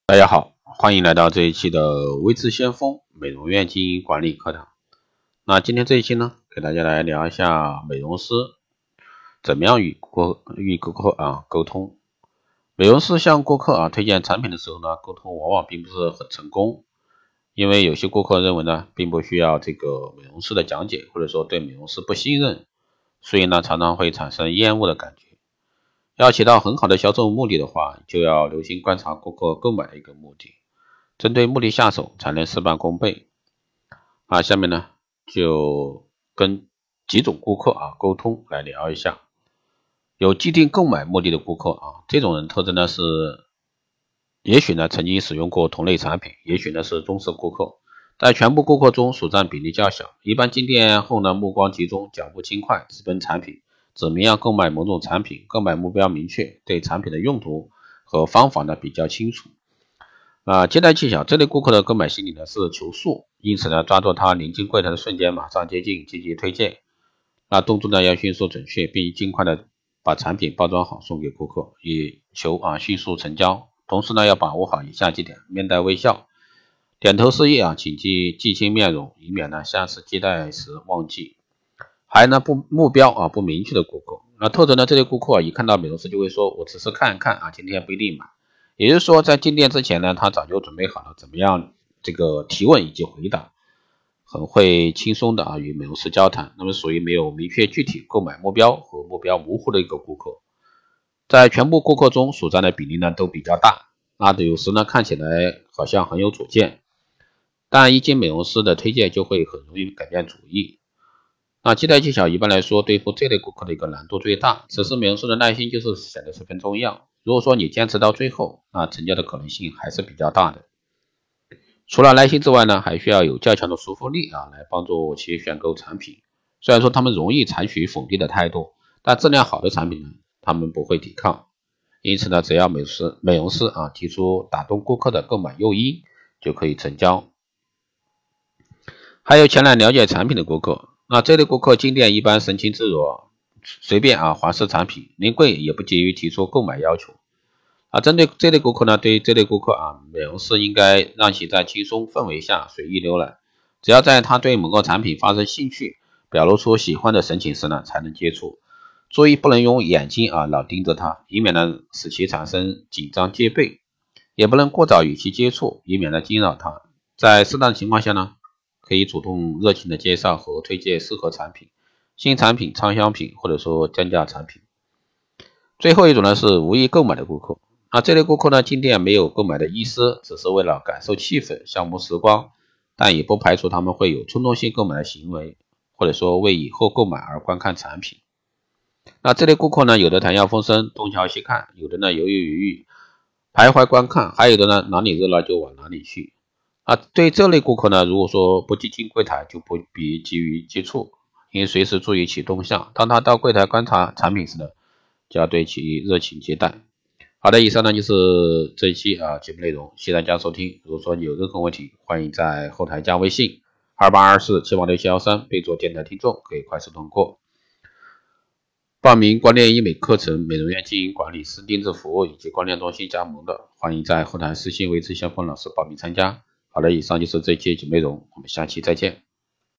大家好，欢迎来到这一期的微智先锋美容院经营管理课堂。那今天这一期呢，给大家来聊一下美容师怎么样与顾客沟通。美容师向顾客推荐产品的时候呢，沟通往往并不是很成功，因为有些顾客认为呢，并不需要这个美容师的讲解，或者说对美容师不信任，所以呢，常常会产生厌恶的感觉。要起到很好的销售目的的话，就要留心观察顾客购买的一个目的，针对目的下手，才能事半功倍。下面呢就跟几种顾客沟通来聊一下。有既定购买目的的顾客这种人特征呢是，也许呢曾经使用过同类产品，也许呢是忠实顾客，在全部顾客中所占比例较小。一般进店后呢，目光集中，脚步轻快，直奔产品，怎么样购买某种产品，购买目标明确，对产品的用途和方法呢比较清楚。接待技巧，这类顾客的购买心理呢是求速，因此呢抓住他临近柜台的瞬间马上接近，积极推荐。动作呢要迅速准确，并尽快的把产品包装好送给顾客，以求迅速成交。同时呢要把握好以下几点：面带微笑，点头示意请记清面容，以免呢下次接待时忘记。还有呢目标不明确的顾客，特征呢这类顾客一看到美容师就会说我只是看看今天不一定买。也就是说在进店之前呢，他早就准备好了怎么样这个提问以及回答，很会轻松的与美容师交谈。那么属于没有明确具体购买目标和目标模糊的一个顾客，在全部顾客中所占的比例呢都比较大。有时呢看起来好像很有主见，但一经美容师的推荐就会很容易改变主意。接待技巧一般来说对付这类顾客的一个难度最大，此时美容师的耐心就是显得十分重要。如果说你坚持到最后，成交的可能性还是比较大的。除了耐心之外呢，还需要有较强的说服力来帮助其选购产品。虽然说他们容易采取否定的态度，但质量好的产品呢，他们不会抵抗。因此呢，只要美容师提出打动顾客的购买诱因，就可以成交。还有前来了解产品的顾客，这类顾客进店一般神情自若，随便环视产品，临柜也不急于提出购买要求。针对这类顾客呢，对于这类顾客美容师应该让其在轻松氛围下随意浏览，只要在他对某个产品发生兴趣，表露出喜欢的神情时呢，才能接触。注意不能用眼睛老盯着他，以免呢使其产生紧张戒备，也不能过早与其接触，以免呢惊扰他。在适当情况下呢，可以主动热情的介绍和推荐适合产品、新产品、畅销品或者说降价产品。最后一种呢是无意购买的顾客，这类顾客呢进店没有购买的意思，只是为了感受气氛、消磨时光，但也不排除他们会有冲动性购买的行为，或者说为以后购买而观看产品。这类顾客呢，有的谈笑风生，东瞧西看，有的呢犹犹豫豫，徘徊观看，还有的呢哪里热闹就往哪里去。对这类顾客呢，如果说不进柜台，就不必急于接触，应随时注意其动向。当他到柜台观察产品时呢，就要对其热情接待。好的，以上呢就是这一期节目内容，谢谢大家收听。如果说你有任何问题，欢迎在后台加微信2824786713，备注电台听众，可以快速通过。报名光电医美课程、美容院经营管理师定制服务以及光电中心加盟的，欢迎在后台私信微智先锋老师报名参加。好的，以上就是这一期节目内容，我们下期再见。